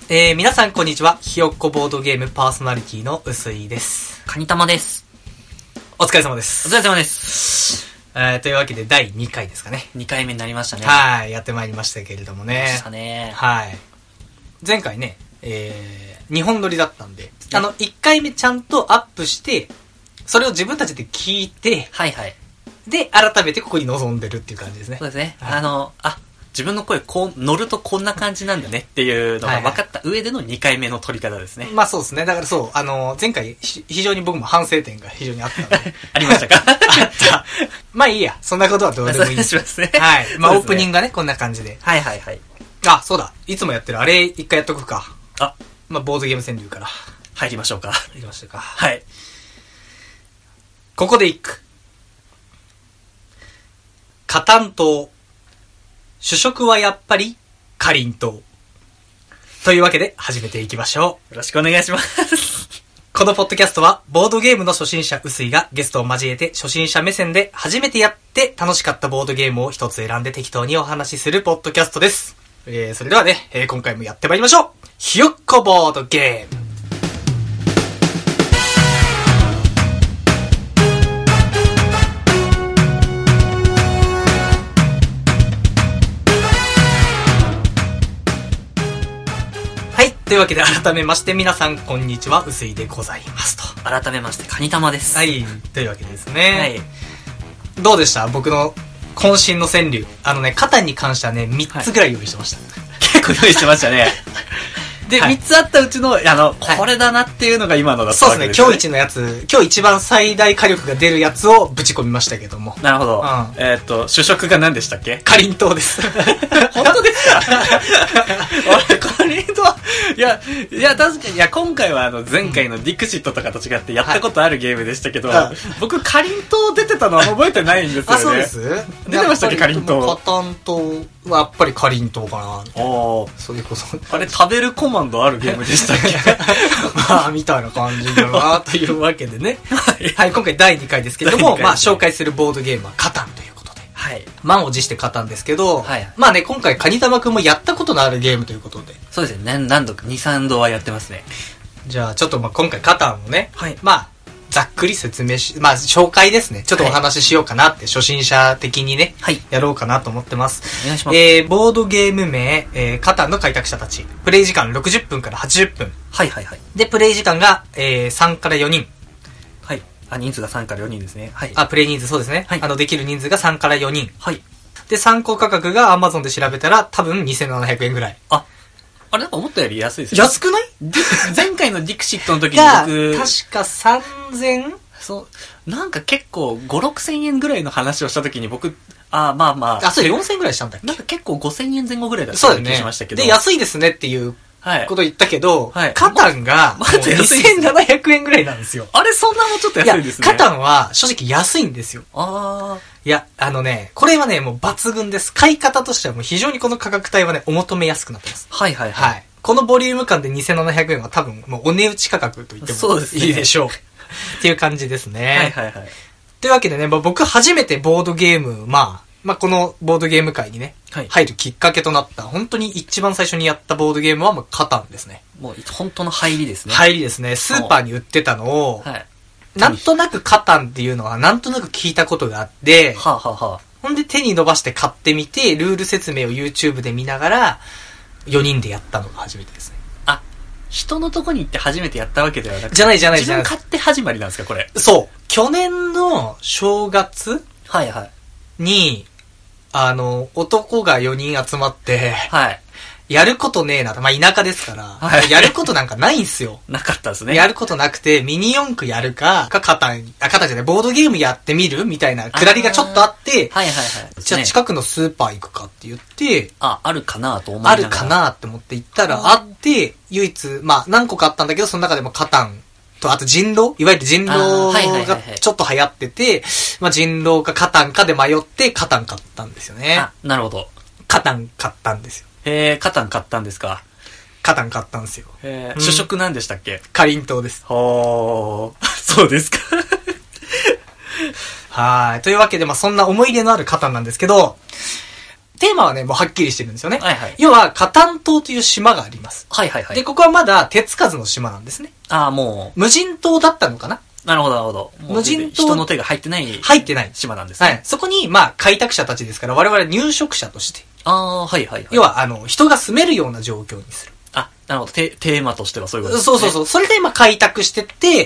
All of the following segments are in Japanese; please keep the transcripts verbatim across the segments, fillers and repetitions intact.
えー、皆さんこんにちは。ひよっこボードゲームパーソナリティのうすいです。 カニタマです。 お疲れ様です。 お疲れ様です。 えー、というわけでだいにかいですかね。 にかいめになりましたね。 はい、やってまいりましたけれどもね。 ましたね。 はい。前回ね、えー、にほん撮りだったんで、あの、いっかいめちゃんとアップして、それを自分たちで聞いて、 はいはい。 で、改めてここに臨んでるっていう感じですね。 そうですね。 はい、あの、あ、自分の声こう乗るとこんな感じなんだねっていうのが分かった上でのにかいめの撮り方ですね。 まあそうですね。だからそう、あの、前回非常に僕も反省点が非常にあったので。 ありましたかあった。 まあいいや。そんなことはどうでもいい。 しますね。 はい。まあ、ね、オープニングがね、こんな感じで。 はいはいはい。 あ、そうだ。いつもやってるあれ一回やっとくか。 あ、 まあボードゲーム川柳から。 入りましょうか。 入りましょうか。 はい。 ここで一句。カタン島。主食はやっぱり、かりんとう。というわけで、始めていきましょう。よろしくお願いします。 このポッドキャストは、ボードゲームの初心者うすいがゲストを交えて、初心者目線で初めてやって楽しかったボードゲームを一つ選んで適当にお話しするポッドキャストです。えー、それではね、えー、今回もやってまいりましょう。ひよっこボードゲーム。というわけで改めまして皆さんこんにちは、うすいでございますと。 改めましてカニタマです。 はい、というわけですね。 はい。 どうでした僕の渾身の川柳。あのね、肩に関してはね、みっつぐらい用意してました。はい、 結構用意してましたね。で、はい、みっつあったうちの、あの、これだなっていうのが今のだったわけですね。 そうですね、今日一のやつ、今日一番最大火力が出るやつをぶち込みましたけども。 なるほど。 うん、 えー、っと、主食が何でしたっけ？ かりんとうです。 本当ですか？あれ、かりんとう、いや、いや、確かに、いや、今回はあの、前回のディクシットとかと違ってやったことあるゲームでしたけど、はい、僕、かりんとう出てたのは覚えてないんですよね。 あ、そうです。 出てましたっけ、かりんとう。 かたんとうはやっぱりかりんとうかな。ああ。それこそ。 あれ、食べるコマンドあるゲームでしたっけ？ まあ、みたいな感じだな、というわけでね。はい、はい、今回だいにかいですけれども、まあ、紹介するボードゲームはカタンということで。はい。満を持してカタンですけど、はい。まあね、今回カニタマくんもやったことのあるゲームということで。 そうですね。何度か、に、さんどはやってますね。 じゃあ、ちょっとまあ今回カタンをね、はい。まあ、ざっくり説明し、まあ、紹介ですね。ちょっとお話ししようかなって、はい、初心者的にね、はい。やろうかなと思ってます。 お願いします。 えー、ボードゲーム名、えー、カタンの開拓者たち。プレイ時間ろくじゅっぷんからはちじゅっぷん。 はいはいはい。 で、プレイ時間が、えー、さんからよにん。 はい。あ、人数がさんからよにんですね。はい。 あ、プレイ人数そうですね。はい。あの、できる人数がさんからよにん。 はい。 で、参考価格が Amazon で調べたら多分にせんななひゃくえんぐらい。 あ、あれなんか思ったより安いですね。 安くない？ 前回のディクシットの時に僕。 確かさんぜん？ そう。なんか結構ご、ろくせんえんぐらいの話をした時に僕、あ、まあまあ。 あ、そうよんせんぐらいしたんだっけ？ なんか結構ごせんえんぜん後ぐらいだったような気がしましたけど。 そうだよね。で、安いですねっていうこと言ったけど、はい、カタンがにせんななひゃくえんぐらいなんですよ。 あれそんなもんちょっと安いですね。 いや、カタンは正直安いんですよ。 ああ。 いや、あのね、これはね、もう抜群です。買い方としてはもう非常にこの価格帯はね、お求めやすくなってます。 はいはいはい。はい。 このボリューム感でにせんななひゃくえんは多分もうお値打ち価格と言ってもいいでしょう。っていう感じですね。 はいはいはい。 というわけでね、まあ、僕初めてボードゲーム、まあ、まあ、このボードゲーム界にね、はい、入るきっかけとなった、本当に一番最初にやったボードゲームは、まあ、カタンですね。 もう、本当の入りですね。 入りですね。スーパーに売ってたのを、はい、なんとなくカタンっていうのは、なんとなく聞いたことがあって、 はあ、はあはあ、 ほんで手に伸ばして買ってみて、ルール説明を YouTube で見ながら、よにんでやったのが初めてですね。 あ、人のとこに行って初めてやったわけではなくて。 じゃないじゃないじゃない。 自分買って始まりなんですか、これ。 そう。去年の正月はいはい。 に、あの、男がよにん集まって、 はい。 やることねえなと。まあ、田舎ですから、はい、やることなんかないんすよ。 なかったですね。 やることなくて、ミニ四駆やるか、か、カタン、あ、カタンじゃない、ボードゲームやってみるみたいなくだりがちょっとあって、 はいはいはい。 じゃあ近くのスーパー行くかって言って、 あ、あるかなと思いながら。 あるかなって思って行ったら、あって、唯一、まあ、何個かあったんだけど、その中でもカタンと、あと人狼いわゆる人狼がちょっと流行ってて、まあ、人狼かカタンかで迷って、カタン買ったんですよね。 あ、なるほど。 カタン買ったんですよ。 へえ、カタン買ったんですか。 カタン買ったんですよ。 へえ、うん、主食なんでしたっけ？ かりんとうです。 ほー。そうですか。 はい。というわけで、まあ、そんな思い入れのあるカタンなんですけど、 テーマはね、もうはっきりしてるんですよね。 はいはい。 要は、カタン島という島があります。 はいはいはい。 で、ここはまだ手つかずの島なんですね。 ああ、もう。無人島だったのかな？ なるほどなるほど。 無人島。 人の手が入ってない。 入ってない。 島なんですね。 はい。そこに、まあ、開拓者たちですから、我々入植者として。 ああ、はいはいはい。 要は、あの、人が住めるような状況にする。 あ、なるほど。テーマとしてはそういうことですね。そうそうそう。それで、まあ、開拓してって、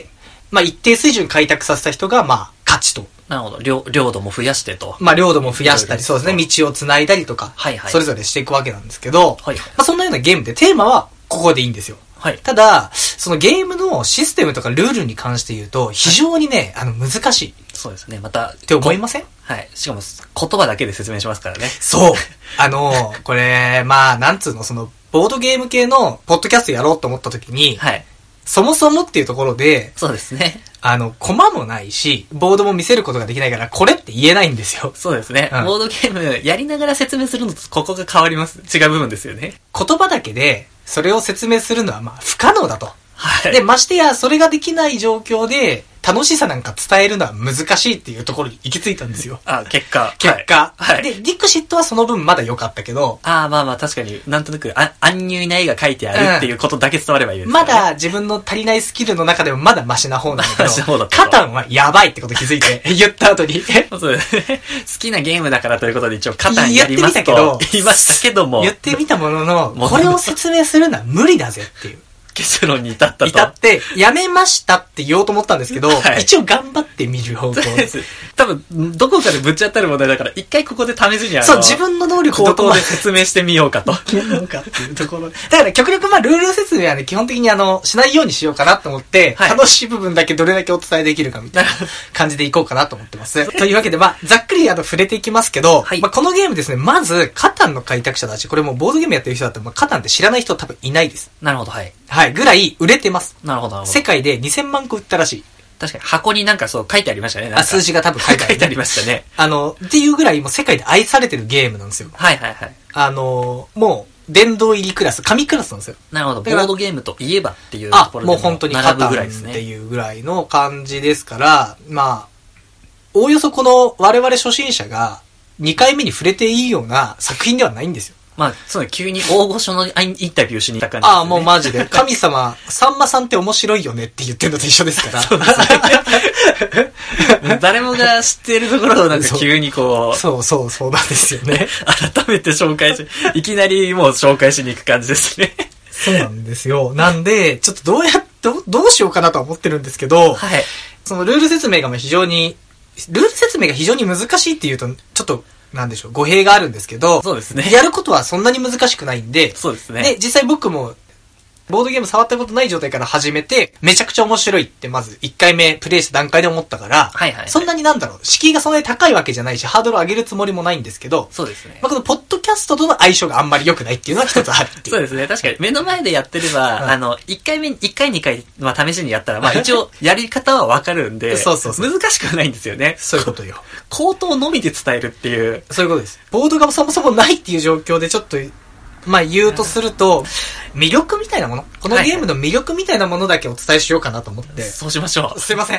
まあ、一定水準開拓させた人が、まあ、勝ちと。 なるほど。領、領土も増やしてと。 まあ、領土も増やしたり、そうですね。道を繋いだりとか、 はいはい。 それぞれしていくわけなんですけど、 はいはい。 まあ、そんなようなゲームでテーマはここでいいんですよ。 はい。 ただ、そのゲームのシステムとかルールに関して言うと、非常にね、はい、あの、難しい。 そうですね。また。 って思いません？ はい。しかも、言葉だけで説明しますからね。 そう。あの、これ、まあ、なんつうの、その、ボードゲーム系のポッドキャストやろうと思った時に、 はい。 そもそもっていうところで、 そうですね。 あの、コマもないし、ボードも見せることができないから、これって言えないんですよ。 そうですね。うん、ボードゲームやりながら説明するのとここが変わります。違う部分ですよね。 言葉だけで、それを説明するのはまあ不可能だと。 はい。 で、ましてや、それができない状況で、楽しさなんか伝えるのは難しいっていうところに行き着いたんですよ。 あ、結果。 結果。 はい。 で、ディクシットはその分まだ良かったけど。 ああ、まあまあ確かになんとなく、あ、暗入な絵が描いてあるっていうことだけ伝わればいいです、ね、 まだ自分の足りないスキルの中でもまだマシな方なんだけど。 マシな方だった。 カタンはやばいってこと気づいて、言った後に。 そうですね。好きなゲームだからということで一応カタンやりますと言いましたけども。 言ってみたものの、これを説明するのは無理だぜっていう。 結論に至ったと。 至って、やめましたって言おうと思ったんですけど、はい、一応頑張ってみる方向です。 多分、どこかでぶち当たる問題だから、一回ここで試しにあの、 そう、自分の能力口頭で説明してみようかと。いけるのかっていうところ。だから極力まあ、ルール説明はね、基本的にあの、しないようにしようかなと思って、はい、楽しい部分だけどれだけお伝えできるかみたいな感じでいこうかなと思ってます。というわけで、まあ、ざっくりあの、触れていきますけど、はい、まあ、このゲームですね、まず、カタンの開拓者たち、これもうボードゲームやってる人だったら、まあ、カタンって知らない人多分いないです。 なるほど、はい。 はい、ぐらい売れてます。 なるほど、なるほど。 世界でにせんまんこ売ったらしい。 確かに箱になんかそう書いてありましたね。 あ、数字が多分書いてある、ね、 書いてありましたね。 あの、っていうぐらいもう世界で愛されてるゲームなんですよ。 はいはいはい。 あの、もう、殿堂入りクラス、神クラスなんですよ。 なるほど。ボードゲームといえばっていうところでもあ、もう本当にカタンっていうぐらいの感じですから、まあ、おおよそこの我々初心者がにかいめに触れていいような作品ではないんですよ。 まあ、そうね、急に大御所のインタビューしに行った感じですね。 ああ、もうマジで。神様、さんまさんって面白いよねって言ってるのと一緒ですから。そうですね。誰もが知っているところをなんか急にこう。 そうそうそうなんですよね。 改めて紹介し、いきなりもう紹介しに行く感じですね。 そうなんですよ。なんで、ちょっとどうやっど、どうしようかなとは思ってるんですけど、 はい。 そのルール説明が非常に、ルール説明が非常に難しいっていうと、ちょっと、なんでしょう、語弊があるんですけど、 そうですね。 やることはそんなに難しくないんで、 そうですね。 で、実際僕も、ボードゲーム触ったことない状態から始めて、めちゃくちゃ面白いってまずいっかいめプレイした段階で思ったから、 はいはい、はい。 そんなになんだろう、敷居がそんなに高いわけじゃないし、ハードルを上げるつもりもないんですけど、 そうですね。 まあ、このポッドキャストとの相性があんまり良くないっていうのは一つあるっていう。 そうですね。確かに目の前でやってれば、うん、あの、いっかいめ、いっかいにかい、まあ試しにやったら、まあ一応やり方はわかるんで、 そうそうそう。 難しくはないんですよね。 そういうことよ。 口頭のみで伝えるっていう。 そういうことです。ボードがそもそもないっていう状況でちょっと、まあ言うとすると、魅力みたいなもの、このゲームの魅力みたいなものだけお伝えしようかなと思って。はい、 そうしましょう。 すいません。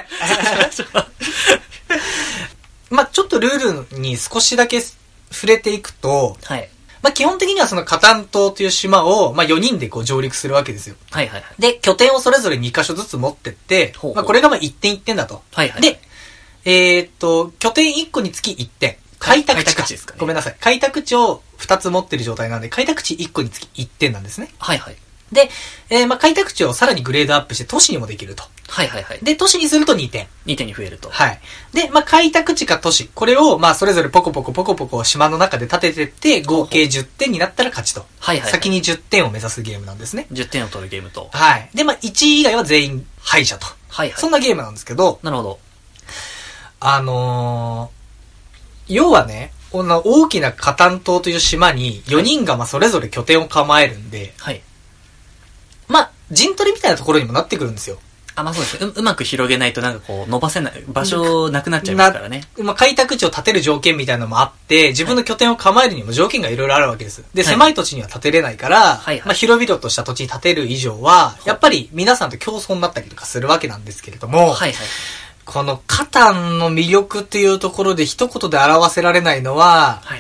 まあちょっとルールに少しだけ触れていくと、 はい。 まあ基本的にはそのカタン島という島を、まあよにんでこう上陸するわけですよ。 はいはいはい。 で、拠点をそれぞれにかしょずつ持ってって、ほうほう、まあこれがまあいってんいってんだと。 はいはい。 で、えー、っと、拠点いっこにつきいってん。開拓地か。 ですかね。 ごめんなさい。開拓地をふたつ持ってる状態なんで、開拓地いっこにつきいってんなんですね。 はいはい。 で、えー、まあ開拓地をさらにグレードアップして都市にもできると。 はいはいはい。 で、都市にするとにてん。 にてんに増えると。 はい。で、まあ開拓地か都市。これを、まあそれぞれポコポコポコポコ島の中で立ててって、合計じゅってんになったら勝ちと。 はいはい、はい。 先にじゅってんを目指すゲームなんですね。 じゅってんを取るゲームと。 はい。で、まあいちい以外は全員敗者と。 はいはい。 そんなゲームなんですけど。 なるほど。 あのー、要はね、こんな大きなカタン島という島によにんがまあそれぞれ拠点を構えるんで、 はい。 まあ、陣取りみたいなところにもなってくるんですよ。 あ、まあそうですね。う、うまく広げないとなんかこう伸ばせない、場所なくなっちゃいますからね。 まあ開拓地を建てる条件みたいなのもあって、自分の拠点を構えるにも条件がいろいろあるわけです。で、はい、狭い土地には建てれないから、はいはい、まあ広々とした土地に建てる以上は、やっぱり皆さんと競争になったりとかするわけなんですけれども、 はいはい。 このカタンの魅力っていうところで一言で表せられないのは、 はい。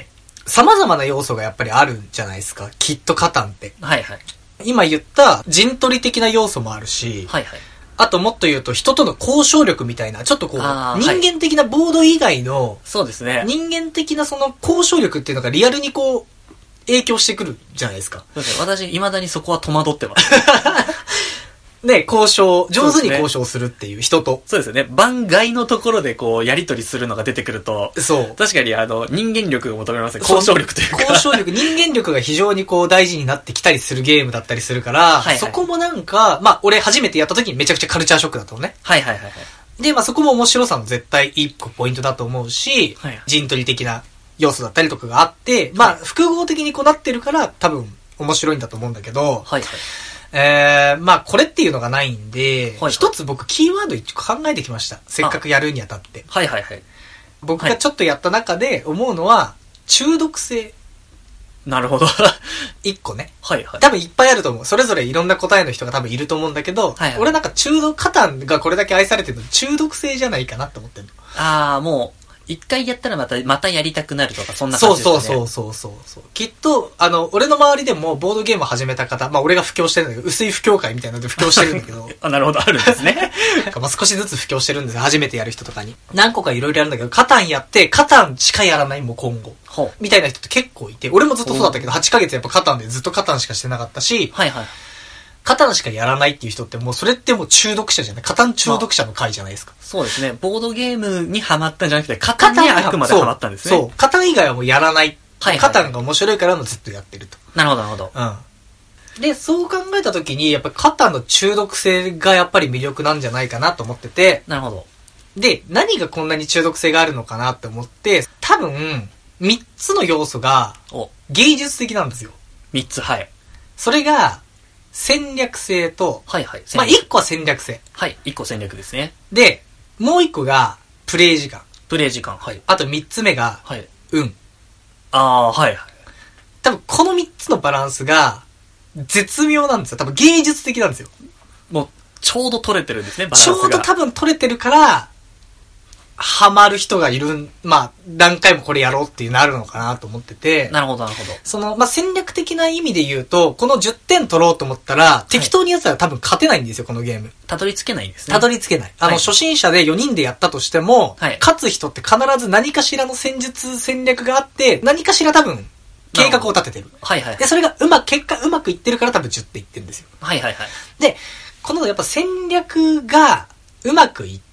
様々な要素がやっぱりあるんじゃないですか。きっとカタンって。 はいはい。 今言った陣取り的な要素もあるし、 はいはい。 あともっと言うと人との交渉力みたいな、ちょっとこう、人あー間的なボード以外の、 そうですね。 人間的なその交渉力っていうのがリアルにこう、影響してくるじゃないですか。 そうですね。私、未だにそこは戸惑ってます。 ね、交渉、上手に交渉するっていう人と。 そうですよね。番外のところでこう、やり取りするのが出てくると、 そう。 確かにあの、人間力を求めますね。交渉力というか。 交渉力、人間力が非常にこう大事になってきたりするゲームだったりするから、 はいはい、 そこもなんか、まあ俺初めてやった時にめちゃくちゃカルチャーショックだったのね。 はいはいはいはい。 で、まあそこも面白さの絶対一個ポイントだと思うし、 はい、 陣取り的な要素だったりとかがあって、まあ複合的にこうなってるから多分面白いんだと思うんだけど、 はいはい。 えー、まあこれっていうのがないんで、 はいはい、 一つ僕キーワード一個考えてきました。せっかくやるにあたって。 はいはいはい。 僕がちょっとやった中で思うのは、中毒性。 なるほど。 一個ね。 はいはい。 多分いっぱいあると思う。それぞれいろんな答えの人が多分いると思うんだけど、 はいはい、 俺なんか中毒、カタンがこれだけ愛されてるの中毒性じゃないかなって思ってるの。 ああ、もう、一回やったらまた、またやりたくなるとか、そんな感じですね。 そうそうそうそうそう。きっと、あの、俺の周りでもボードゲームを始めた方、まあ俺が布教してるんだけど、薄い布教会みたいなので布教してるんだけど。 あ、なるほど、あるんですね。 なんかまあ少しずつ布教してるんですよ。初めてやる人とかに。何個かいろいろやるんだけど、カタンやって、カタンしかやらないもう今後。 ほう。 みたいな人って結構いて、俺もずっとそうだったけど、はちかげつやっぱカタンでずっとカタンしかしてなかったし、 はいはい。 カタンしかやらないっていう人ってもうそれってもう中毒者じゃない。カタン中毒者の回じゃないですか。 まあ、そうですね。ボードゲームにハマったんじゃなくて、カタンにあくまでハマったんですね。 そう。そうカタン以外はもうやらない。はいはいはい、カタンが面白いからもずっとやってると。 なるほどなるほど。 うん。で、そう考えたときに、やっぱりカタンの中毒性がやっぱり魅力なんじゃないかなと思ってて。 なるほど。 で、何がこんなに中毒性があるのかなって思って、多分、三つの要素が芸術的なんですよ。 三つ、はい。 それが、戦略性と、 はいはい。 まあ、一個は戦略性。 はい、一個戦略ですね。 で、もう一個が、プレイ時間。 プレイ時間、はい。 あと三つ目が、 はい。 運。 ああ、はいはい。 多分この三つのバランスが、絶妙なんですよ。多分芸術的なんですよ。 もう、ちょうど取れてるんですね、バランスが。 ちょうど多分取れてるから、ハマる人がいる、まあ、何回もこれやろうっていうなるのかなと思ってて。 なるほど、なるほど。 その、まあ、戦略的な意味で言うと、このじゅってん取ろうと思ったら、はい、適当にやったら多分勝てないんですよ、このゲーム。 たどり着けないんですね。 たどり着けない。あの、はい、初心者でよにんでやったとしても、はい、勝つ人って必ず何かしらの戦術、戦略があって、何かしら多分、計画を立ててる。 はいはい。 で、それがうまく、結果うまくいってるから多分じゅってんいってるんですよ。 はいはいはい。 で、このやっぱ戦略がうまくいって、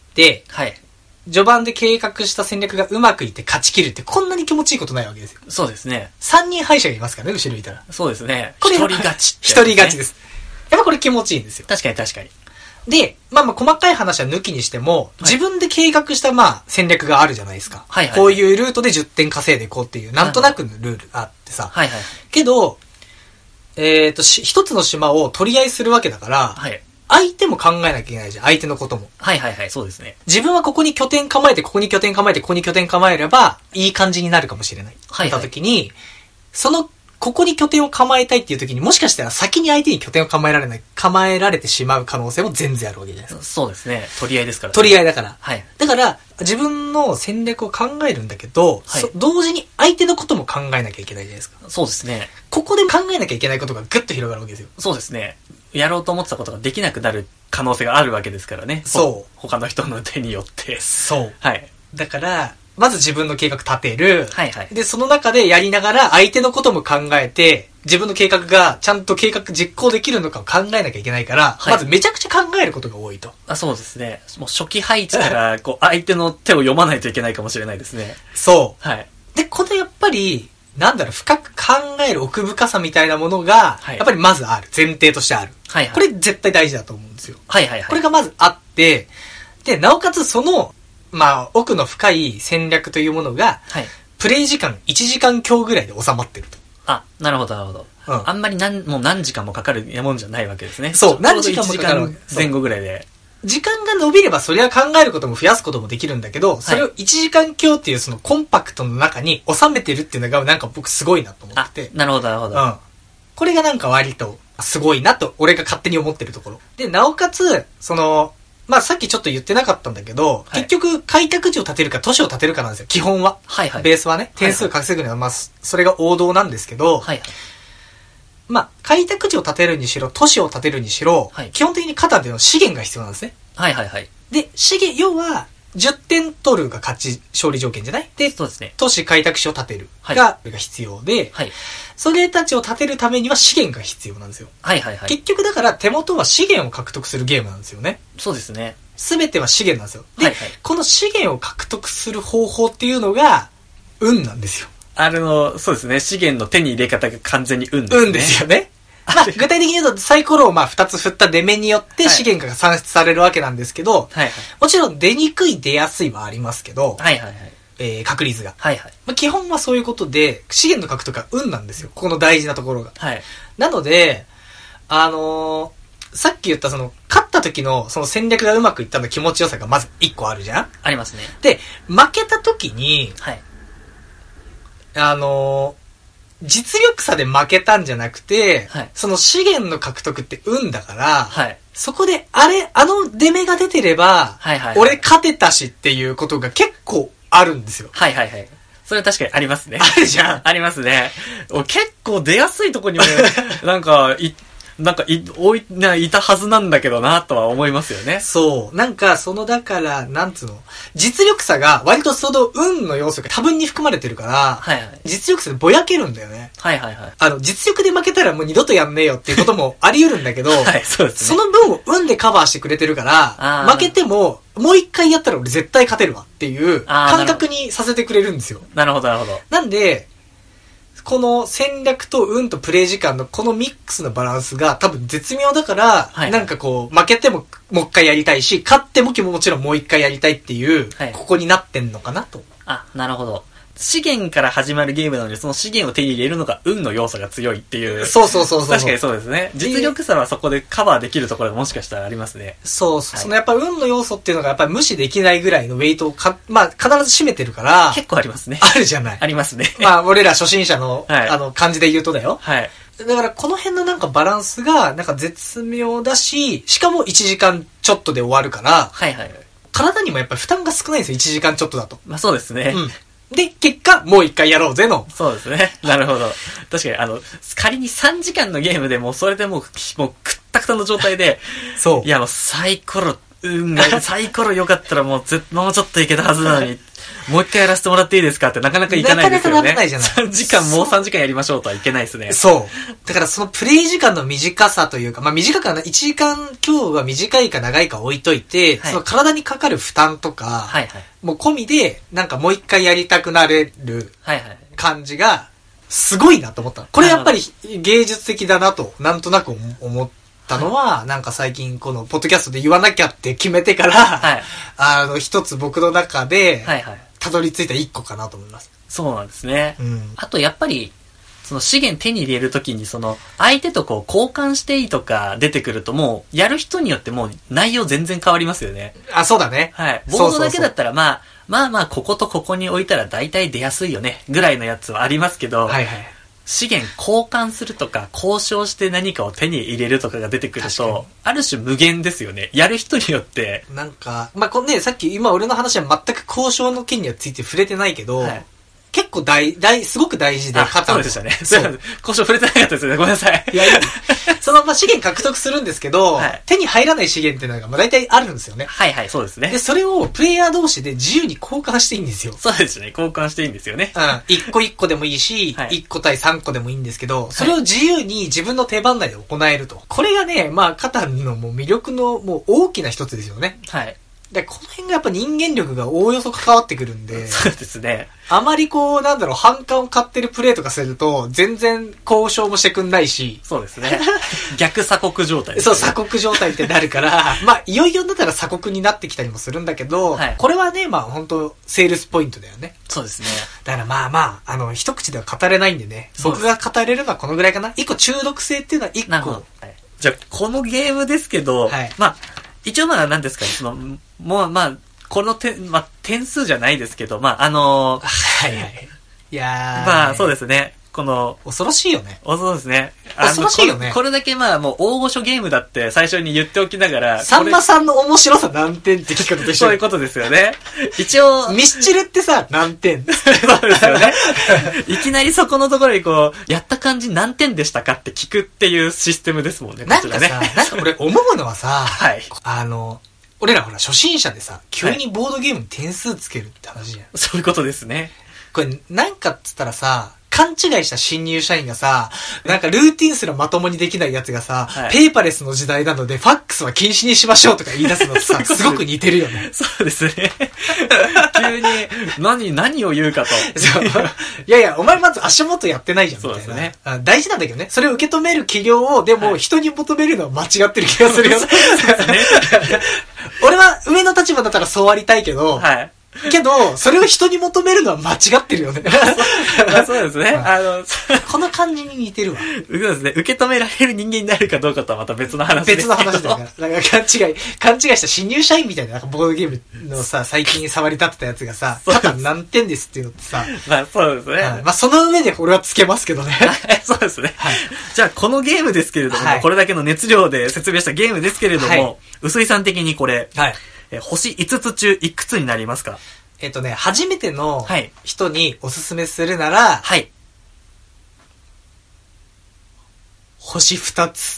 はい。序盤で計画した戦略がうまくいって勝ち切るってこんなに気持ちいいことないわけですよ。 そうですね。 さんにん敗者がいますからね、後ろいたら。 そうですね。一人勝ち、 ね。一人勝ちです。やっぱこれ気持ちいいんですよ。 確かに確かに。 で、まあまあ細かい話は抜きにしても、はい、自分で計画したまあ戦略があるじゃないですか。はいはいはい、こういうルートでじゅってん稼いでいこうっていう、なんとなくのルールがあってさ。はいはい。けど、えっと、一つの島を取り合いするわけだから、はい。相手も考えなきゃいけないじゃん、相手のことも。 はいはいはい、そうですね。 自分はここに拠点構えて、ここに拠点構えて、ここに拠点構えれば、いい感じになるかもしれない。はい、はい。った時に、その、ここに拠点を構えたいっていう時に、もしかしたら先に相手に拠点を構えられない、構えられてしまう可能性も全然あるわけじゃないですか。 そうですね。取り合いですから、ね。 取り合いだから。 はい。 だから、自分の戦略を考えるんだけど、はい、同時に相手のことも考えなきゃいけないじゃないですか。 そうですね。 ここで考えなきゃいけないことがぐっと広がるわけですよ。 そうですね。やろうと思ってたことができなくなる可能性があるわけですからね。 そう。 他の人の手によって。 そう。 はい。 だから、まず自分の計画立てる。 はいはい。 で、その中でやりながら相手のことも考えて、自分の計画がちゃんと計画実行できるのかを考えなきゃいけないから、はい、まずめちゃくちゃ考えることが多いと。 あ、そうですね。もう初期配置からこう相手の手を読まないといけないかもしれないですね。 そう。 はい。 で、このやっぱり、なんだろう、深く考える奥深さみたいなものが、はい、やっぱりまずある。前提としてある。はいはい。これ絶対大事だと思うんですよ。 はいはいはい。 これがまずあって、で、なおかつその、まあ、奥の深い戦略というものが、はい、プレイ時間いちじかん強ぐらいで収まってると。 あ、なるほどなるほど。うん、あんまり何、もう何時間もかかるもんじゃないわけですね。 そう、何時間もかかるわけ。 前後ぐらいで。 時間が伸びればそれは考えることも増やすこともできるんだけど、それをいちじかん強っていうそのコンパクトの中に収めてるっていうのがなんか僕すごいなと思ってて。 なるほどなるほど。うん。 これがなんか割とすごいなと俺が勝手に思ってるところ。で、なおかつ、その、 まあさっきちょっと言ってなかったんだけど、はい、結局開拓地を建てるか都市を建てるかなんですよ、基本は。はいはい。ベースはね、点数稼ぐのはまあ、それが王道なんですけど、はいはい。まあ、開拓地を建てるにしろ、都市を建てるにしろ、はい、基本的に型での資源が必要なんですね。はいはいはい。で、資源、要は、じゅってん取るが勝ち、勝利条件じゃない？で、そうですね。都市開拓地を建てるが、はい、が必要で、はい。それたちを建てるためには資源が必要なんですよ。はいはいはい。結局だから手元は資源を獲得するゲームなんですよね。そうですね。すべては資源なんですよ。で、はいはい、この資源を獲得する方法っていうのが、運なんですよ。 あの、そうですね。資源の手に入れ方が完全に運ですね。 運ですよね。まあ、具体的に言うとサイコロをまあふたつ振った出目によって資源が算出されるわけなんですけど、はいはい、もちろん出にくい出やすいはありますけど、はいはいはい、えー、確率が、はいはいまあ、基本はそういうことで資源の獲得が運なんですよ、ここの大事なところが、はい、なのであのー、さっき言ったその勝った時のその戦略がうまくいったの気持ちよさがまずいっこあるじゃん。 ありますね。 で負けた時に、はい、あのー実力差で負けたんじゃなくて、はい、その資源の獲得って運だから、はい、そこであれ、あの出目が出てれば、はいはいはい、俺勝てたしっていうことが結構あるんですよ。 はいはいはい。それは確かにありますね。 あるじゃん。 ありますね。結構出やすいとこにも、なんか、い、なんかい、おい、いたはずなんだけどなとは思いますよね。 そう。なんか、その、だから、なんつうの、実力差が割とその運の要素が多分に含まれてるから、はいはい、実力差でぼやけるんだよね。はいはいはい。あの、実力で負けたらもう二度とやんねえよっていうこともあり得るんだけど、はい、そうですね。その分を運でカバーしてくれてるから、負けても、もう一回やったら俺絶対勝てるわっていう感覚にさせてくれるんですよ。 なるほどなるほど。 なんで、この戦略と運とプレイ時間のこのミックスのバランスが多分絶妙だから、はいはい、なんかこう負けてももう一回やりたいし、勝ってももちろんもう一回やりたいっていう、はい、ここになってんのかなと。 あ、なるほど。資源から始まるゲームなので、その資源を手に入れるのが運の要素が強いっていう。 そうそうそうそう。 確かにそうですね。実力差はそこでカバーできるところがもしかしたらありますね。 そうそう。はい、そのやっぱ運の要素っていうのがやっぱり無視できないぐらいのウェイトをか、まあ必ず占めてるから。 結構ありますね。 あるじゃない。 ありますね。 まあ俺ら初心者の、はい、あの感じで言うとだよ。はい。だからこの辺のなんかバランスがなんか絶妙だし、しかもいちじかんちょっとで終わるから、はいはい。体にもやっぱり負担が少ないんですよ、いちじかんちょっとだと。 まあそうですね。うん。 で、結果、もう一回やろうぜの。 そうですね。なるほど。確かに、あの、仮にさんじかんのゲームでもうそれでもう、もうくったくたの状態で、そう。いや、もうサイコロ、運が、サイコロ良かったらもうず、もうちょっといけたはずなのに、もう一回やらせてもらっていいですかってなかなかいかないですよね。なかなかならないじゃない。さんじかん、もうさんじかんやりましょうとはいけないですね。 そう。だからそのプレイ時間の短さというか、まあ短くはない、いちじかん今日は短いか長いか置いといて、はい、その体にかかる負担とか、はいはい、もう込みで、なんかもう一回やりたくなれる感じが、すごいなと思った。これやっぱり芸術的だなと、なんとなく思ったのは、はい、なんか最近このポッドキャストで言わなきゃって決めてから、はい、あの一つ僕の中で、はいはい、たどり着いた一個かなと思います。 そうなんですね。うん、あとやっぱり、その資源手に入れるときにその相手とこう交換していいとか出てくるともうやる人によってもう内容全然変わりますよね。 あ、そうだね。 はい。ボードだけだったらまあ、まあまあこことここに置いたら大体出やすいよねぐらいのやつはありますけど、はいはい。資源交換するとか交渉して何かを手に入れるとかが出てくるとある種無限ですよね。やる人によってなんかまあこのねさっき今俺の話は全く交渉の件にはついて触れてないけど、はい、結構大大すごく大事で勝ったんですよね。そう交渉触れてなかったですよね。ごめんなさい。いやいやそのまあ資源獲得するんですけど、はい、手に入らない資源っていうのがまあ大体あるんですよね。 はいはいそうですね。 でそれをプレイヤー同士で自由に交換していいんですよ。 そうですね。交換していいんですよね。 うん。一個一個でもいいし、はい、一個対三個でもいいんですけど、それを自由に自分の手番内で行えると。これがね、まあカタンのもう魅力のもう大きな一つですよね。はい。で、この辺がやっぱ人間力がおおよそ関わってくるんで。 そうですね。 あまりこう、なんだろう、反感を買ってるプレイとかすると、全然交渉もしてくんないし。 そうですね。逆鎖国状態ですね。そう、鎖国状態ってなるから、まあ、いよいよだったら鎖国になってきたりもするんだけど、はい、これはね、まあ本当セールスポイントだよね。 そうですね。 だからまあまあ、あの、一口では語れないんでね、僕が語れるのはこのぐらいかな。一個中毒性っていうのは一個。なるほど。はい、 じゃあ、このゲームですけど、はい、まあ、一応まあ何ですかね、その、もうまあ、この点、まあ、点数じゃないですけど、まあ、あのー、はいはい。いやー。まあ、そうですね。 この、 恐ろしいよね。 そうですね。 恐ろしいよねこ。これだけまあもう大御所ゲームだって最初に言っておきながら。 さんまさんの面白さ何点って聞くのと一緒。 そういうことですよね。一応。 ミスチルってさ、何点そうですよね。いきなりそこのところにこう、やった感じ何点でしたかって聞くっていうシステムですもんね。 なんかさ、 ね、 なんか俺思うのはさ、 はい。 あの、俺らほら初心者でさ、急にボードゲームに点数つけるって話じゃん。はい、 そういうことですね。 これなんかっつったらさ、勘違いした新入社員がさ、なんかルーティンすらまともにできないやつがさ、はい、ペーパレスの時代なのでファックスは禁止にしましょうとか言い出すのとさ、すごく似てるよね。 そうですね。急に、何、何を言うかと。 そう。いやいや、お前まず足元やってないじゃん、みたいな。 そうですね。 大事なんだけどね。それを受け止める企業を、でも人に求めるのは間違ってる気がするよ。そうですね。俺は上の立場だったらそうありたいけど、はい。けど、それを人に求めるのは間違ってるよね。 まあ、そうですね。あの、 この感じに似てるわ。 そうですね。受け止められる人間になるかどうかとはまた別の話です別の話だよね。なんか勘違い、勘違いした新入社員みたいな、なんかボードゲームのさ、最近触り立ってたやつがさ、肩何点ですっていうのってさ。 まあそうですね。 まあその上で俺はつけますけどね。 そうですね。はい、じゃあこのゲームですけれども、はい、これだけの熱量で説明したゲームですけれども、はい、薄井さん的にこれ、はいえ星いつつ中いくつになりますか？ えっとね、初めての人におすすめするなら、はい。星ふたつ。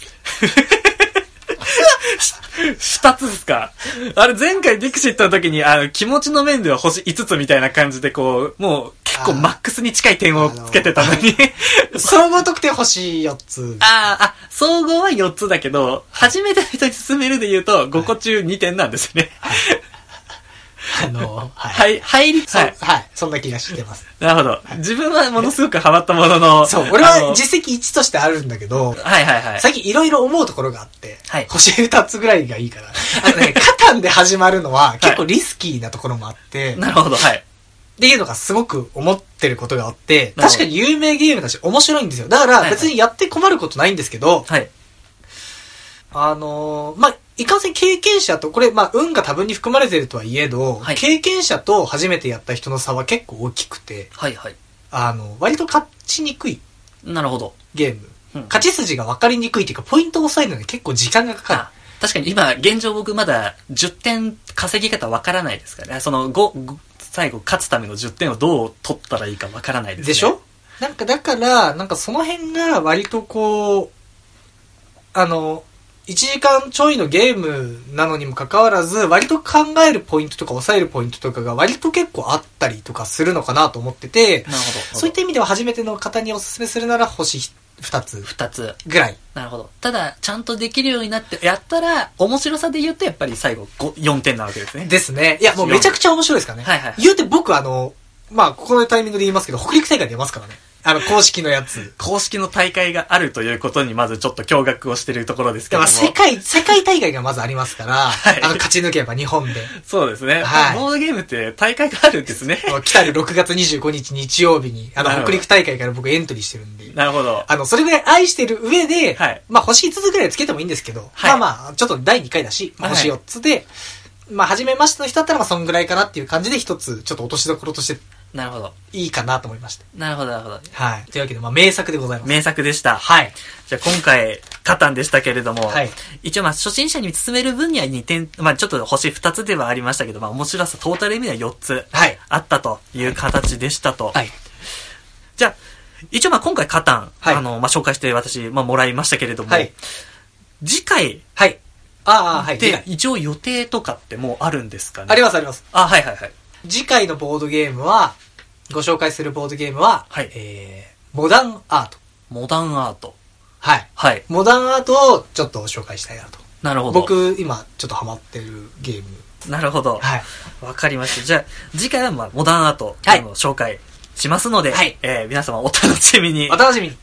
二つですか？あれ前回ディクシットの時にあの気持ちの面では星いつつみたいな感じでこう、もう結構マックスに近い点をつけてたのに。 総合得点星よっつ。 ああ、あ、総合はよっつだけど、初めての人に進めるで言うとごこ中にてんなんですね。はいあの、 はい。入り、 はい。はい。そんな気がしてます。 なるほど。はい、自分はものすごくハマったものの。 そう、俺は実績いちとしてあるんだけど、 はいはいはい。 最近いろいろ思うところがあって、はい。星ふたつぐらいがいいから。あのね、カタンで始まるのは結構リスキーなところもあって、 はい、なるほど、はい。 っていうのがすごく思ってることがあって、確かに有名ゲームだし面白いんですよ。だから別にやって困ることないんですけど、はい。あのー、まあ、いかんせん経験者と、これ、まあ、運が多分に含まれてるとはいえど、はい、経験者と初めてやった人の差は結構大きくて、はいはい。あの、割と勝ちにくい。 なるほど。 ゲーム。うん、勝ち筋が分かりにくいっていうか、ポイントを押さえるのに結構時間がかかる。 確かに今、現状僕まだじゅってん稼ぎ方分からないですからね。そのご、最後勝つためのじゅってんをどう取ったらいいか分からないですね。 でしょ？なんかだから、なんかその辺が割とこう、あの、いちじかんちょいのゲームなのにもかかわらず、割と考えるポイントとか抑えるポイントとかが割と結構あったりとかするのかなと思ってて、なるほど。そういった意味では初めての方におすすめするなら星ふたつ。 ふたつ。 ぐらい。 なるほど。ただ、ちゃんとできるようになって、やったら、面白さで言うとやっぱり最後ご、よんてんなわけですね。 ですね。いや、もうめちゃくちゃ面白いですからね。はいはい。言うて僕あの、まあ、ここのタイミングで言いますけど、北陸大会出ますからね。あの、公式のやつ。 公式の大会があるということにまずちょっと驚愕をしているところですけども。 世界、世界大会がまずありますから、はい、あの、勝ち抜けば日本で。 そうですね。はい。ボードゲームって大会があるんですね。 来たるろくがつにじゅうごにち日曜日に、あの、北陸大会から僕エントリーしてるんで。 なるほど。 あの、それぐらい愛してる上で、はい、まあ、星いつつぐらいつけてもいいんですけど、はい、まあまあ、ちょっとだいにかいだし、まあ、星よっつで、はい、まあ、初めましての人だったら、まあ、そんぐらいかなっていう感じで一つ、ちょっと落としどころとして、 なるほど。 いいかなと思いました。 なるほど、なるほど。 はい。というわけで、まあ、名作でございます。 名作でした。 はい。 じゃあ今回、カタンでしたけれども、はい。一応まあ、初心者に進める分にはにてん、まあ、ちょっと星ふたつではありましたけど、まあ、面白さ、トータル意味ではよっつ。はい。あったという形でしたと。はい。じゃあ、一応まあ、今回カタン、はい。あの、まあ、紹介して私、まあ、もらいましたけれども、はい。次回、 はい。ああ、はい。 で、一応予定とかってもうあるんですかね？ あります、あります。 あ、はいはいはい。 次回のボードゲームは、ご紹介するボードゲームは、はい、えー、モダンアート。 モダンアート。 はい。はい。モダンアートをちょっと紹介したいなと。 なるほど。 僕、今、ちょっとハマってるゲーム。 なるほど。はい。わかりました。じゃあ、次回は、まあ、モダンアートの紹介しますので、はい。えー、皆様お楽しみに。 お楽しみに。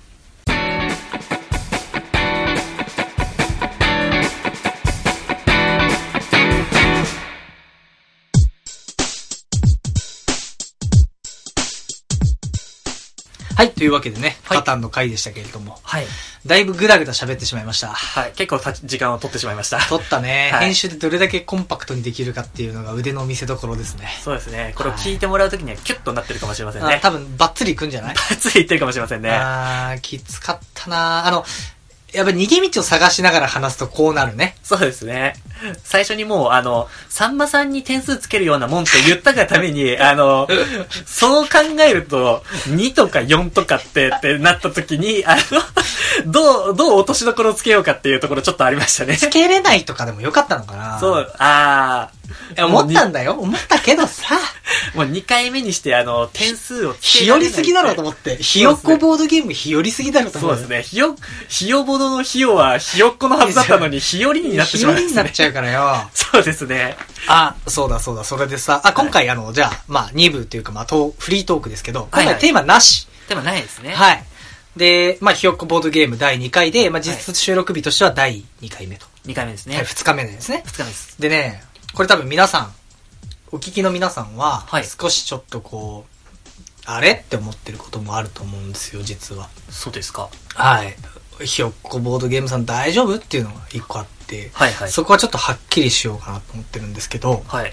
はい、というわけでね、 はいカタンの回でしたけれども、 はい。 だいぶグダグダ喋ってしまいました。 はい。結構た時間を取ってしまいました。 撮ったね、 はい編集でどれだけコンパクトにできるかっていうのが腕の見せ所ですね。 そうですね。これを聞いてもらうときにはキュッとなってるかもしれませんね。 あ多分バッツリいくんじゃない？ バツリ言ってるかもしれませんね。 あー、きつかったなあの、やっぱり逃げ道を探しながら話すとこうなるね。 そうですね。最初にもう、あの、さんまさんに点数つけるようなもんって言ったがために、あの、そう考えると、にとかよんとかって、ってなった時に、あの、どう、どう落としどころをつけようかっていうところちょっとありましたね。 つけれないとかでもよかったのかな。 そう、あいや思ったんだよ。思ったけどさ。 ー、もうにかいめにして、あの、点数をつけ日られないって和すぎだろうと思って。ひよっこボードゲーム日和すぎだろうと思って。 そうですね。ひよ、ひよぼどのひよはひよっこのはずだったのに、ひよりになってしまいま日和にすね。 なっちゃうからよ。 そうですね。 あ、そうだそうだ、それでさ、あ、今回あの、じゃあ、まあ、に部というか、まあ、トーフリートークですけど、今はいはい回テーマなし。 でもないですね。 はい。で、まあ、ひよっこボードゲームだいにかいで、まあ、実質収録日としてはだいにかいめと。 にかいめですね。 はい、ふつかめですね。 ふつかめです。 でね、これ多分皆さん、お聞きの皆さんは、 はい少しちょっとこう、あれって思ってることもあると思うんですよ、実は。 そうですか。 はい。ひよっこボードゲームさん大丈夫っていうのが一個あって、 はいはい。 そこはちょっとはっきりしようかなと思ってるんですけど、 はい。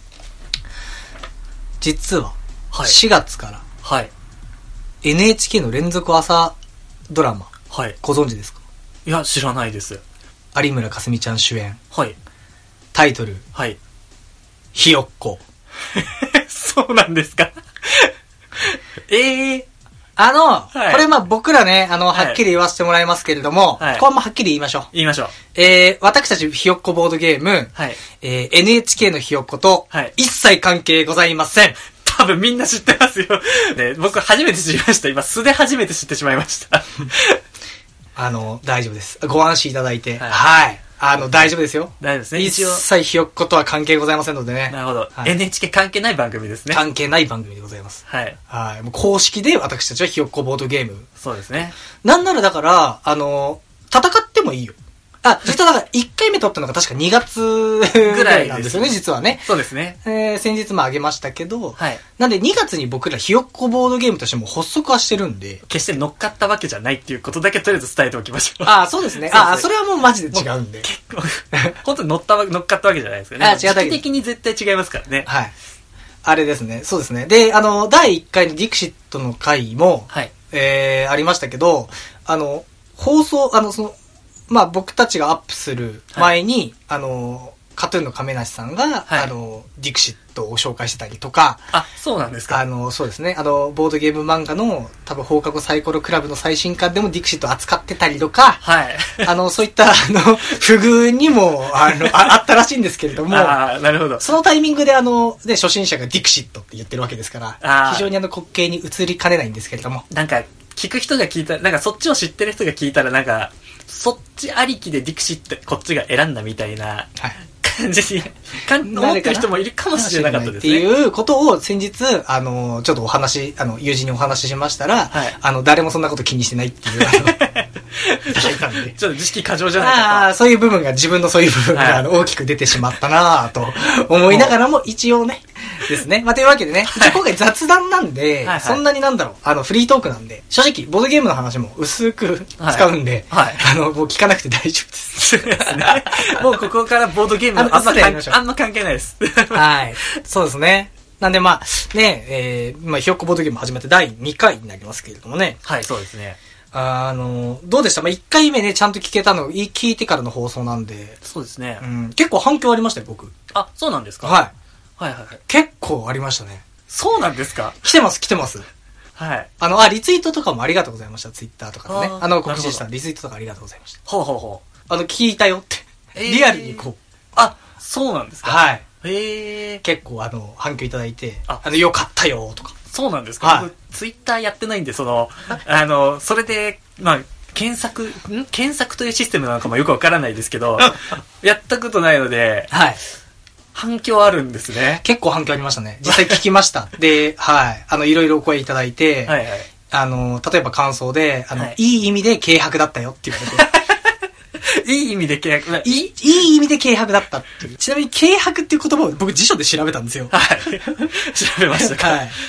実は、 はいしがつからはい。 エヌエイチケー の連続朝ドラマ、 はい。 ご存知ですか？ いや、知らないです。 有村架純ちゃん主演、 はい。 タイトル、 はい。 ひよっこ。 そうなんですか。ええあの、 はいこれまあ僕らね、あの、 はいはっきり言わせてもらいますけれども、 はいここはまあはっきり言いましょう。 言いましょう。 えー、私たちひよっこボードゲーム、 はい。 えー、エヌエイチケー のひよっこと、 はい一切関係ございません。 多分みんな知ってますよ。ね、僕初めて知りました。今素で初めて知ってしまいました。 あの、大丈夫です。ご安心いただいて。 はいはい。あの、大丈夫ですよ。 大丈夫ですね。 一一応。 切ひよっことは関係ございませんのでね。 なるほど、 はいエヌエイチケー 関係ない番組ですね。 関係ない番組でございます。 はい。 はい。もう公式で私たちはひよっこボードゲーム。 そうですね。 なんならだから、あの、戦ってもいいよ。あ、実はだからいっかいめ撮ったのが確かにがつぐらいなんですよね、実はね。 そうですね。 えー、先日もあげましたけど、 はい。 なんでにがつに僕らひよっこボードゲームとしても発足はしてるんで。 決して乗っかったわけじゃないっていうことだけとりあえず伝えておきましょう。 ああ、そうですね。 そうですねああ、それはもうマジで違うんで。 結構、本当に乗ったわ、乗っかったわけじゃないですよね。 あ違うだけ時期的に絶対違いますからね。 はい。あれですね。そうですね。で、あの、だいいっかいのディクシットの回も、 はい。 えー、ありましたけど、あの、放送、あの、その、まあ、僕たちがアップする前に、あの、カトゥーンの亀梨さんが、 はいあの、ディクシットを紹介してたりとか、 あ、そうなんですか。 あの、そうですね。あの、ボードゲーム漫画の、多分放課後サイコロクラブの最新刊でもディクシットを扱ってたりとか、 はい。 あの、そういった、あの、不遇にも、あの、ああったらしいんですけれども、 ああ、なるほど。 そのタイミングであの、ね、初心者がディクシットって言ってるわけですからあ、ー非常にあの滑稽に移りかねないんですけれども。 なんか、聞く人が聞いたら、なんかそっちを知ってる人が聞いたら、なんか、そっちありきでディクシってこっちが選んだみたいなはい。 感じに、かん思ってる人もいるかもしれなかったですってね。 いうことを先日、あの、ちょっとお話、あの、友人にお話ししましたら、 はいあの、誰もそんなこと気にしてないっていう、あの、いただいたんで。 ちょっと自識過剰じゃないかああ、そういう部分が、自分のそういう部分はいが、あの大きく出てしまったなぁと思いながらも、一応ね、ですね。まあ、というわけでね、一応今回雑談なんで、 はいはいそんなになんだろう、あの、フリートークなんで、正直、ボードゲームの話も薄く使うんで、 はいはいあの、もう聞かなくて大丈夫です。 と。ですね。もうここからボードゲームあのあんま後でやりましょう関あんま関係ないです。 はい。そうですね。なんでまあ、ね、えー、まあ、ひよっこボードゲーム始まってだいにかいになりますけれどもね。 はい、そうですね。 あの、どうでした？まあ、いっかいめね、ちゃんと聞けたの、い聞いてからの放送なんで、 そうですねう。ん、結構反響ありましたよ、僕。 あ、そうなんですか。 はい。 はいはいはい。 結構ありましたね。 そうなんですか。 来てます、来てます。 はい。 あの、あ、リツイートとかもありがとうございました、ツイッターとかでね。 あーあの、告知したなるほリツイートとかありがとうございました。 ほうほうほう。 あの、聞いたよって。 えーリアルにこう。 あ、そうなんですか。 はい。 へえ。 結構あの、反響いただいて、 ああの、よかったよとか。 そうなんですか。 はい僕、ツイッターやってないんで、その、あの、それで、まあ、検索、ん検索というシステムなのかもよくわからないですけど、やったことないので、 はい。 反響あるんですね。 結構反響ありましたね。実際聞きました。で、はい。あの、いろいろお声いただいて、 はいはい。 あの、例えば感想で、あの、 はいい、い意味で軽薄だったよって言われて、 いい意味で契約、まあいい、いい意味で軽薄だったっていう。ちなみに軽薄っていう言葉を僕辞書で調べたんですよ。 はい。調べましたか。 はい。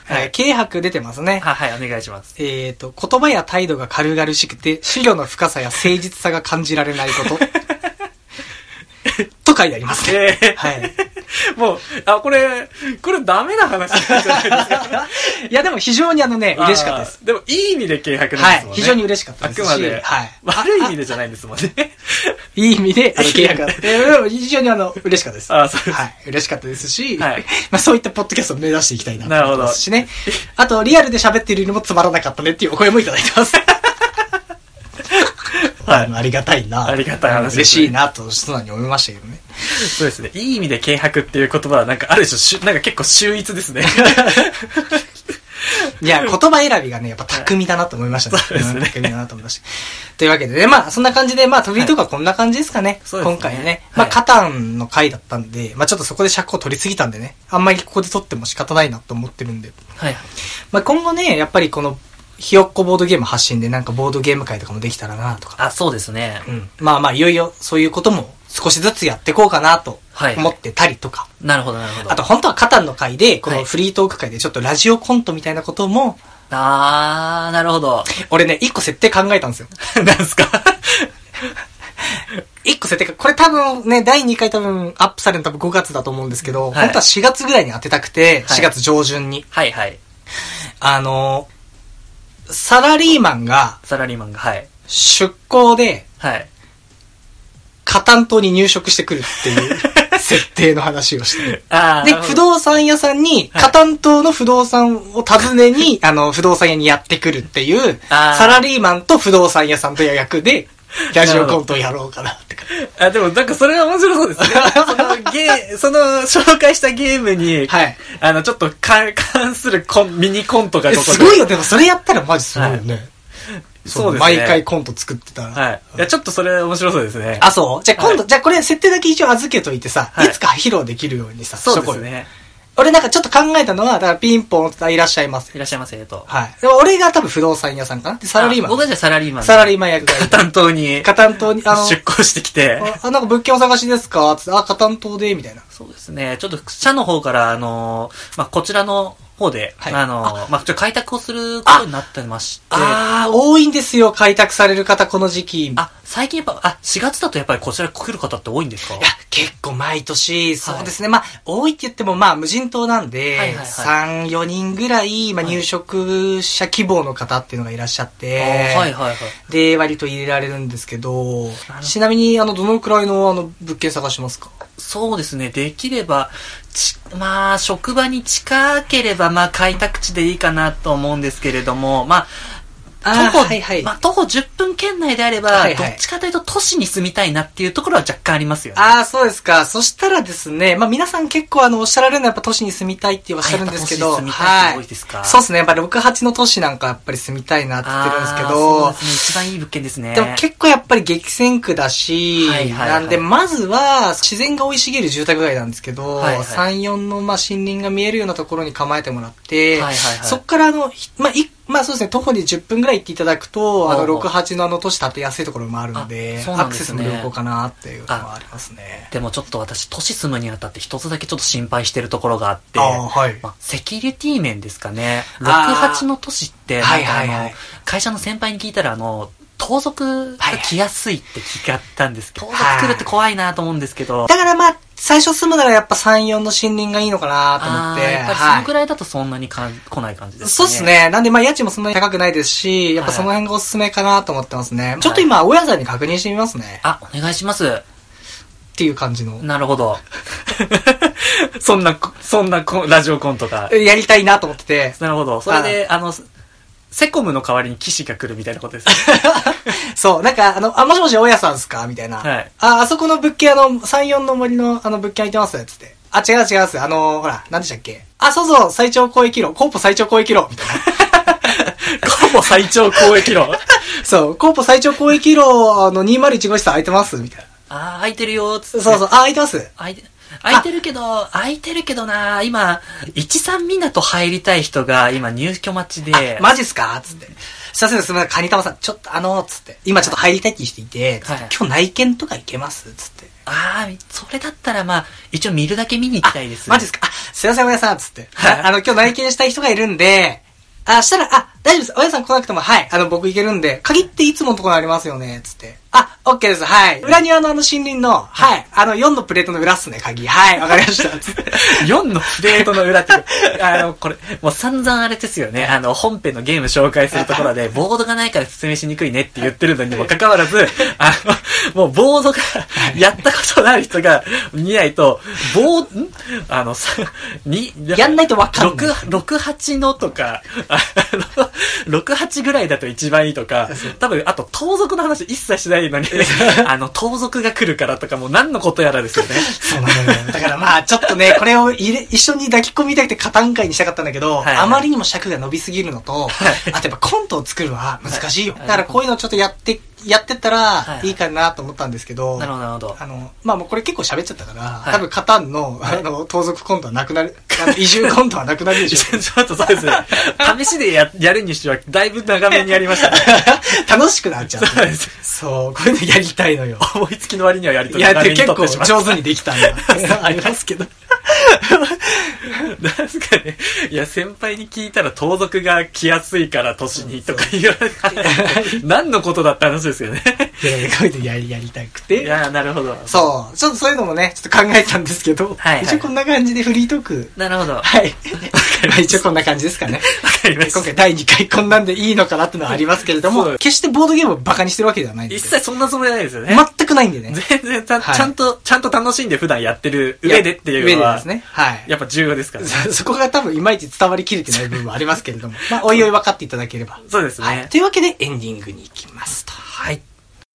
はい、軽薄出てますね。 はい、はい、お願いします。 えっと、言葉や態度が軽々しくて、資料の深さや誠実さが感じられないこと。と書いてありますね。えー、はい。 もう、あ、これ、これダメな話じゃないですか。 いや、でも非常にあのね、嬉しかったです。 でも、いい意味で軽薄なんですもんね。 はい、非常に嬉しかったですし。 あくまで。はい。悪い意味でじゃないんですもんね。 いい意味で、あの、軽薄だった。でも、非常にあの、嬉しかったです。 あ、そうです。 はい。嬉しかったですし、はい。まあ、そういったポッドキャストを目指していきたいなと思いますしね。 なるほど。あと、リアルで喋っているよりもつまらなかったねっていうお声もいただいてます。はい。ありがたいな。 ありがたい話です、ね。 嬉しいなと、素直に思いましたけどね。 そうですね。いい意味で軽薄っていう言葉は、なんかある種、なんか結構秀逸ですね。 いや、言葉選びがね、やっぱ巧みだなと思いましたね。 そうですね。 巧みだなと思いました。というわけでね、まあ、そんな感じで、まあ、飛びとかこんな感じですかね。はい、今回ね。ねまあ、カタンの回だったんで、まあ、ちょっとそこで尺を取りすぎたんでね、あんまりここで取っても仕方ないなと思ってるんで。 はい。 まあ、今後ね、やっぱりこの、ひよっこボードゲーム発信でなんかボードゲーム会とかもできたらなとか。 あ、そうですね。 うん。まあまあ、いよいよそういうことも少しずつやっていこうかなと思ってたりとか。 はい、なるほど、なるほど。 あと本当はカタンの会で、このフリートーク会でちょっとラジオコントみたいなことも、はい、 あー、なるほど。 俺ね、一個設定考えたんですよ。 なんすか一個設定か、これ多分ね、だいにかい多分アップされるの多分ごがつだと思うんですけど、はい、本当はしがつぐらいに当てたくて、しがつ上旬に。 はいはい。 あの、サラリーマンが、 サラリーマンが、はい。 出向で、 はい。 カタン島に入植してくるっていう設定の話をして。 あで、不動産屋さんに、カタン島の不動産を訪ねに、あの、不動産屋にやってくるっていう、サラリーマンと不動産屋さんという役で、ラジオコントをやろうかなってか。 あ、でもなんかそれは面白そうですね。そのゲー、その紹介したゲームに、はい。あの、ちょっと関するコンミニコントがここで。 すごいよ、でもそれやったらマジすごいよね。はい、 そうですね。 毎回コント作ってたら。 はい。いや、ちょっとそれ面白そうですね。 あ、そうじゃあ今度、はい、じゃあこれ設定だけ一応預けといてさ、はい、いつか披露できるようにさ、 そうですね。 俺なんかちょっと考えたのは、だからピンポンっていらっしゃいませ。 いらっしゃいませ、と。 はい。でも俺が多分不動産屋さんかなってサラリーマン。 僕はじゃあサラリーマン。 サラリーマン役がいカタン島に。 カタン島に、 あの、出向してきて。 あ、なんか物件お探しですかつって、あ、カタン島で、みたいな。 そうですね。ちょっと、社の方から、あの、まあ、こちらの、方で、はい、あの、あまあ、ちょっと開拓をすることになってまして。 ああ、多いんですよ、開拓される方、この時期。 あ、最近やっぱ、あ、しがつだとやっぱりこちら来る方って多いんですか？いや、結構毎年、そうですね。はい、まあ、多いって言っても、まあ、無人島なんで、はいはいはい、さん、よにんぐらい、まあ、入植者希望の方っていうのがいらっしゃって、はい、 はいはいはい。 で、割と入れられるんですけど、ちなみに、あの、どのくらいの、あの、物件探しますか？ そうですね。できれば、ち、まあ、職場に近ければ、まあ、開拓地でいいかなと思うんですけれども、まあ、徒歩、はいはい、まあ、徒歩じゅっぷん圏内であれば、はいはい、どっちかというと都市に住みたいなっていうところは若干ありますよね。 ああ、そうですか。そしたらですね、まあ皆さん結構あの、おっしゃられるのはやっぱ都市に住みたいっておっしゃるんですけど、 都市に住みたいって多いですか？ はい、そうですね。やっぱりろく、はちの都市なんかやっぱり住みたいなって言ってるんですけど、 そうですね。一番いい物件ですね。 でも結構やっぱり激戦区だし、はいはいはい、なんでまずは自然が生い茂る住宅街なんですけど、はいはい、さん、よんのまあ森林が見えるようなところに構えてもらって、はいはいはい、そっからあの、まあ、いまあそうですね、徒歩でじゅっぷんぐらい行っていただくと、あの、ろく、はちのあの都市建てやすいところもあるので、 そうなんですね、アクセスも良好かなっていうのはありますね。 でもちょっと私、都市住むにあたって一つだけちょっと心配してるところがあって、 あ、はい、 まあ、セキュリティ面ですかね。ろく、はちの都市って、なんかあの、はいはいはい、会社の先輩に聞いたら、あの、盗賊が来やすいって聞かったんですけど、はいはい、盗賊来るって怖いなと思うんですけど。 だからまあ、最初住むならやっぱさん、よんの森林がいいのかなと思って。 やっぱりそのくらいだとそんなにかん、はい、来ない感じですね。 そうですね。なんでまあ家賃もそんなに高くないですし、やっぱその辺がおすすめかなと思ってますね。はい、ちょっと今、親さんに確認してみますね。 あ、お願いします。 っていう感じの。 なるほど。そんな、そんなラジオコントが。 やりたいなと思ってて。 なるほど。それで、あの、セコムの代わりに騎士が来るみたいなことですね。 そう、なんか、あの、あ、もしもし、大家さんすかみたいな。はい。あ、あそこの物件、あの、さん、よんの森の、あの、物件空いてますつって。あ、違う違うっす。あの、ほら、何でしたっけ？あ、そうそう、最長交易路。コーポ最長交易路。みたいな。 コーポ最長交易路そう、コーポ最長交易路、あの、にまるいち号室空いてますみたいな。 あ、空いてるよ、つって。 そうそう、あ、空いてます。 空いて、空いてるけど、空いてるけどな、今、一三港入りたい人が今入居待ちで。 マジっすかつって。すいません、すみません、カニタマさん、ちょっとあの、つって、今ちょっと入りたいってしていて、はい、今日内見とか行けますつって。 あー、それだったらまあ、一応見るだけ見に行きたいです。 マジですか？あ、すいません、おやさん、つって。 はい。 あの、今日内見したい人がいるんで、あ、したら、あ、大丈夫です。おやさん来なくても、はい。あの、僕行けるんで、鍵っていつものところありますよね、つって。あ、オッケーです。はい。裏庭のあの森林の、はい。あの、よんのプレートの裏っすね、鍵。はい。わかりました。つって。 よんのプレートの裏って、あの、これ、もう散々あれですよね。あの、本編のゲーム紹介するところで、ボードがないから説明しにくいねって言ってるのにもかかわらず、あの、もうボードが、やったことのある人が見ないと、ボー、んあの、さ、に、 やんないとわかんない。 ろく、はちのとか、あの、ろく、はちぐらいだと一番いいとか、多分、あと、盗賊の話一切しないのに、あの、盗賊が来るからとか、もう何のことやらですよね。 そうなのよ。だからまあ、ちょっとね、これを入れ、一緒に抱き込みたくて加担会にしたかったんだけど、はいはい、あまりにも尺が伸びすぎるのと、はい、あとやっぱコントを作るのは難しいよ。はい、だからこういうのをちょっとやって、やってったらいいかなと思ったんですけど、 なるほど、なるほど。 あの、まあもうこれ結構喋っちゃったから、はい、多分カタンの、あの、盗賊コントはなくなる、あの移住コントはなくなるでしょ。 ちょっとそうですね。試しでや、やるにしては、だいぶ長めにやりましたね。 楽しくなっちゃう、ね。 そうです。 そう、こういうのやりたいのよ。 思いつきの割にはやりとりやって結構上手にできたんだ。ありますけど。 なんすかね。いや、先輩に聞いたら盗賊が来やすいから都市にとか言われて、何のことだって話ですよね。 いやいや、こういうのやり、やりたくて。 いや、なるほど。 そう。ちょっとそういうのもね、ちょっと考えたんですけど、はい、はい。一応こんな感じでフリートーク。 なるほど。 はい。まあ一応こんな感じですかね。 わかりました。 今回だいにかいこんなんでいいのかなってのはありますけれども、決してボードゲームをバカにしてるわけではないんで。 一切そんなつもりはないですよね。 全くないんでね。 全然ちゃん、はい、ちゃんと、ちゃんと楽しんで普段やってる上でっていうのは。 上でですね。はい。 やっぱ重要ですからね。 そこが多分いまいち伝わりきれてない部分はありますけれども、まあおいおい分かっていただければ。 そうですね、 はい。というわけでエンディングに行きますと。 はい。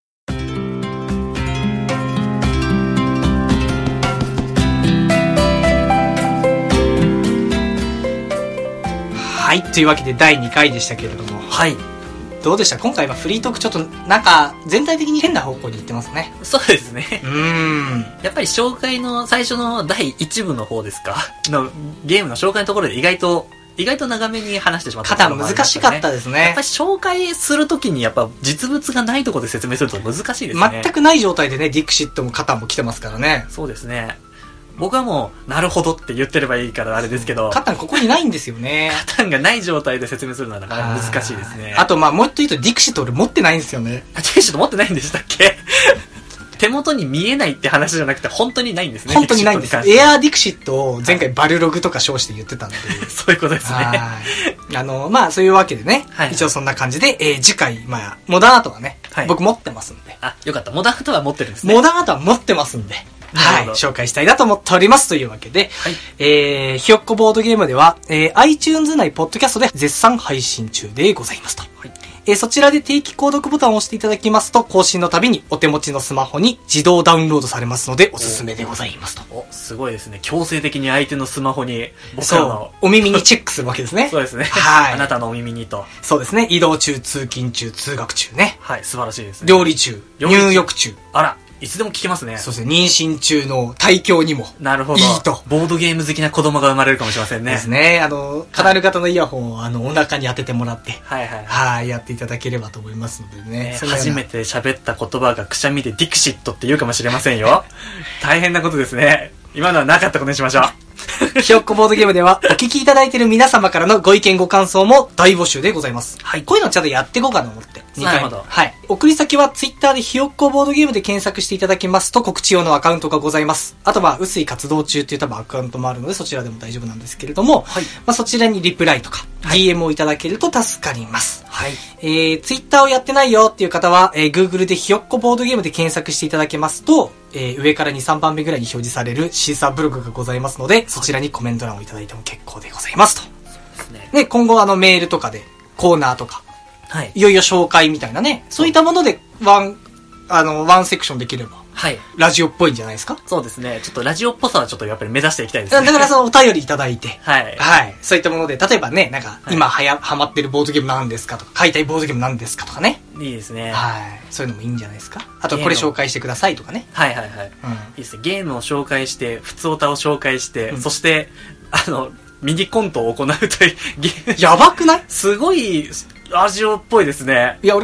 はい。というわけでだいにかいでしたけれども。 はい。 どうでした？今回はフリートークちょっとなんか全体的に変な方向に行ってますね。 そうですね。 うーん。 やっぱり紹介の最初のだいいち部の方ですかのゲームの紹介のところで意外と意外と長めに話してしまった、 ね。肩難しかったですね。 やっぱり紹介するときにやっぱ実物がないところで説明すると難しいですね。 全くない状態でね、ディクシットも肩も来てますからね。 そうですね。僕はもう、なるほどって言ってればいいからあれですけど。 カタンここにないんですよね。 カタンがない状態で説明するのはなかなか難しいですね。 あとまあもう一度言うとディクシット俺持ってないんですよね。 ディクシット持ってないんでしたっけ手元に見えないって話じゃなくて本当にないんですね。 本当にないんです。エアーディクシットを前回バルログとか称して言ってたんで。 そういうことですね。 あの、まあそういうわけでね。はい、一応そんな感じで、えー、次回、まあ、モダンアートはね、はい、僕持ってますんで。 あ、よかった。モダンアートは持ってるんですね。 モダンアートは持ってますんで。はい。紹介したいなと思っております。というわけで、はい、えー、ひよっこボードゲームでは、えー、iTunes 内ポッドキャストで絶賛配信中でございますと。はい、えー、そちらで定期購読ボタンを押していただきますと、更新のたびにお手持ちのスマホに自動ダウンロードされますので、おすすめでございますと。 お、すごいですね。強制的に相手のスマホに、僕らの。 お耳にチェックするわけですね。 そうですね。 はい。 あなたのお耳にと。 そうですね。移動中、通勤中、通学中ね。 はい、素晴らしいですね。 料理中、入浴中。 あら。いつでも聞けますね。 そうですね。妊娠中の胎教にも。 なるほど。 いいと。 ボードゲーム好きな子供が生まれるかもしれませんね。 ですね。あの、カナル型のイヤホンを、あの、お腹に当ててもらって。 はいはい。 はい、やっていただければと思いますのでね。 ね、初めて喋った言葉がくしゃみでディクシットって言うかもしれませんよ。大変なことですね。今のはなかったことにしましょう。 ひよっこボードゲームではお聞きいただいている皆様からのご意見ご感想も大募集でございます。はい。こういうのをちゃんとやっていこうかと思って。 なるほど。 はい。送り先はツイッターでひよっこボードゲームで検索していただきますと告知用のアカウントがございます。あとは、うすい活動中っていう多分アカウントもあるのでそちらでも大丈夫なんですけれども、はい。まあそちらにリプライとか、はい、ディーエム をいただけると助かります。はい。えー、ツイッターをやってないよっていう方は、えー、Google でひよっこボードゲームで検索していただけますと、えー、上からに、さんばんめぐらいに表示されるシーサーブログがございますので、そちらにコメント欄をいただいても結構でございますと。そうですね。で、今後あのメールとかでコーナーとか、はい。いよいよ紹介みたいなね、そういったものでワン、あの、ワンセクションできれば。はい。ラジオっぽいんじゃないですか？ そうですね。ちょっとラジオっぽさはちょっとやっぱり目指していきたいですね。 だからそのお便りいただいて。 はい。 はい。そういったもので、例えばね、なんか、今はや、ハマってるボードゲームなんですかとか、買いたいボードゲームなんですかとかね。 いいですね。 はい。そういうのもいいんじゃないですか？あと、これ紹介してくださいとかね。 はいはいはい。うん。いいですね。ゲームを紹介して、普通オタを紹介して、うん、そして、あの、ミニコントを行うというゲーム。 やばくない？ すごい、ラジオっぽいですね。 いや、俺コント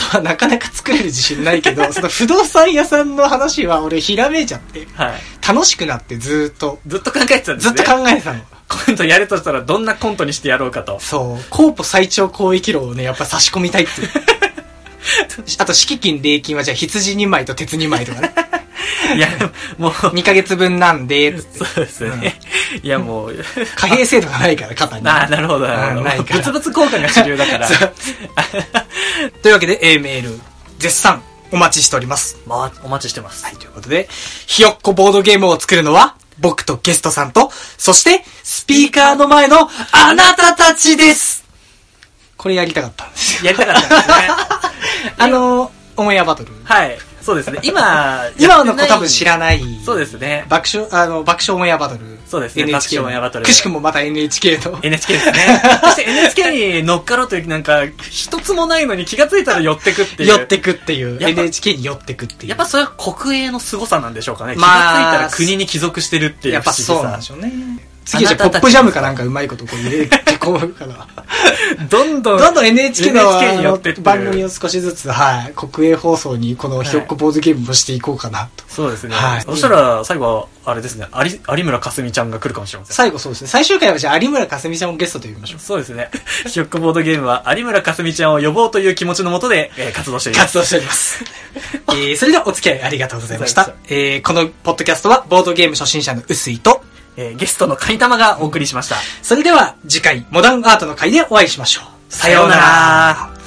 はなかなか作れる自信ないけど、その不動産屋さんの話は俺ひらめいちゃって、はい、楽しくなってずーっと。 ずっと考えてたんですね。 ずっと考えてたの。 コントやるとしたらどんなコントにしてやろうかと。 そう。コーポ最長交易路をね、やっぱ差し込みたいっていう。あと、敷金、礼金はじゃあ羊にまいと鉄にまいとかね。 いや、もう。 にかげつぶんなんで、 そうですね。うん、いや、もう。 貨幣制度がないから、肩に。 ああ、なるほど、なるほど。ないから。物々交換が主流だから。 というわけで、A メール、絶賛お待ちしております。 まあ、お待ちしてます。 はい、ということで、ひよっこボードゲームを作るのは、僕とゲストさんと、そして、スピーカーの前のあなたたちです。これやりたかったんですよ。やりたかったんですね。 あの、オンエアバトル。 はい。そうですね。今、 今の子多分知らない。 そうですね。 爆笑、あの、爆笑オンエアバトル。 そうですね。エヌエイチケー 爆笑オンエアバトル。 くしくもまた エヌエイチケー の。 エヌエイチケー ですね。そして エヌエイチケー に乗っかろうという、なんか、一つもないのに気がついたら寄ってくっていう。 寄ってくっていう。エヌエイチケー に寄ってくっていう。 やっぱそれは国営の凄さなんでしょうかね。気がついたら国に帰属してるっていう。 やっぱそうなんでしょうね。次じゃポップジャムかなんかうまいことこう入れてこうかな。 どんどん、 どんどん エヌエイチケー の番組を少しずつ、はい、国営放送にこのひよっこボードゲームをしていこうかなと。 そうですね。はい。そしたら最後は、あれですね、有、有村架純ちゃんが来るかもしれません。 最後そうですね。最終回はじゃあ有村架純ちゃんをゲストと呼びましょう。 そうですね。ひよっこボードゲームは有村架純ちゃんを呼ぼうという気持ちのもとで、えー、活動しております。 活動しております。えー、それではお付き合いありがとうございました。えー、このポッドキャストはボードゲーム初心者の臼井と、 えー、ゲストのカニタマがお送りしました。 それでは次回モダンアートの回でお会いしましょう。 さようなら。